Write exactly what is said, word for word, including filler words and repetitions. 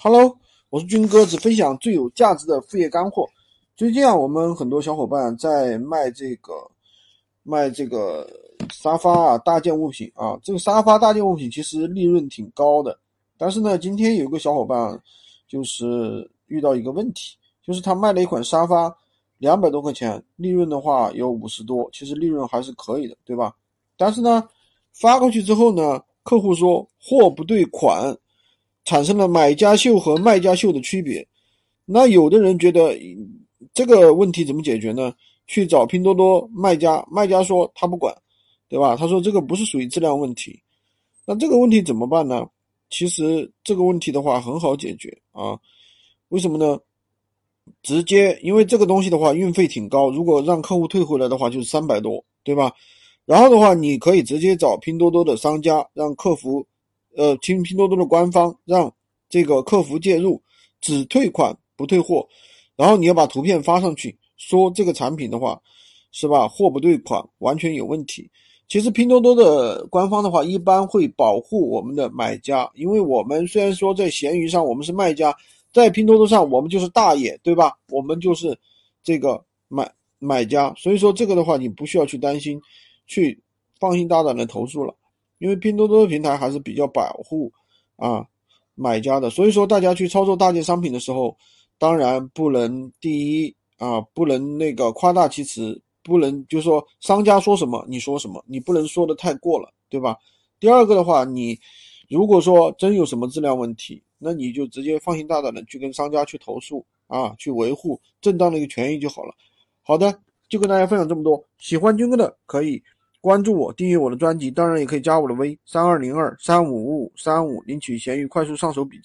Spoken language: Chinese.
Hello，我是军哥，只分享最有价值的副业干货。最近啊，我们很多小伙伴在卖这个卖这个沙发啊、大件物品啊。这个沙发、大件物品其实利润挺高的，但是呢，今天有个小伙伴就是遇到一个问题，就是他卖了一款沙发，两百多块钱，利润的话有五十多，其实利润还是可以的，对吧？但是呢，发过去之后呢，客户说货不对款。产生了买家秀和卖家秀的区别。那有的人觉得这个问题怎么解决呢？去找拼多多卖家，卖家说他不管，对吧？他说这个不是属于质量问题。那这个问题怎么办呢？其实这个问题的话很好解决啊。为什么呢？直接因为这个东西的话运费挺高，如果让客户退回来的话就是三百多，对吧？然后的话你可以直接找拼多多的商家，让客服呃听拼多多的官方，让这个客服介入，只退款不退货。然后你要把图片发上去，说这个产品的话是吧，货不对款，完全有问题。其实拼多多的官方的话一般会保护我们的买家，因为我们虽然说在闲鱼上我们是卖家，在拼多多上我们就是大爷，对吧？我们就是这个买买家，所以说这个的话你不需要去担心，去放心大胆的投诉了。因为拼多多的平台还是比较保护啊买家的，所以说大家去操作大件商品的时候，当然不能第一啊不能那个夸大其词，不能就是说商家说什么你说什么，你不能说的太过了，对吧？第二个的话，你如果说真有什么质量问题，那你就直接放心大胆的去跟商家去投诉啊，去维护正当的一个权益就好了。好的，就跟大家分享这么多，喜欢军哥的可以关注我，订阅我的专辑，当然也可以加我的微三二零二三五五五三五，领取闲鱼快速上手笔记。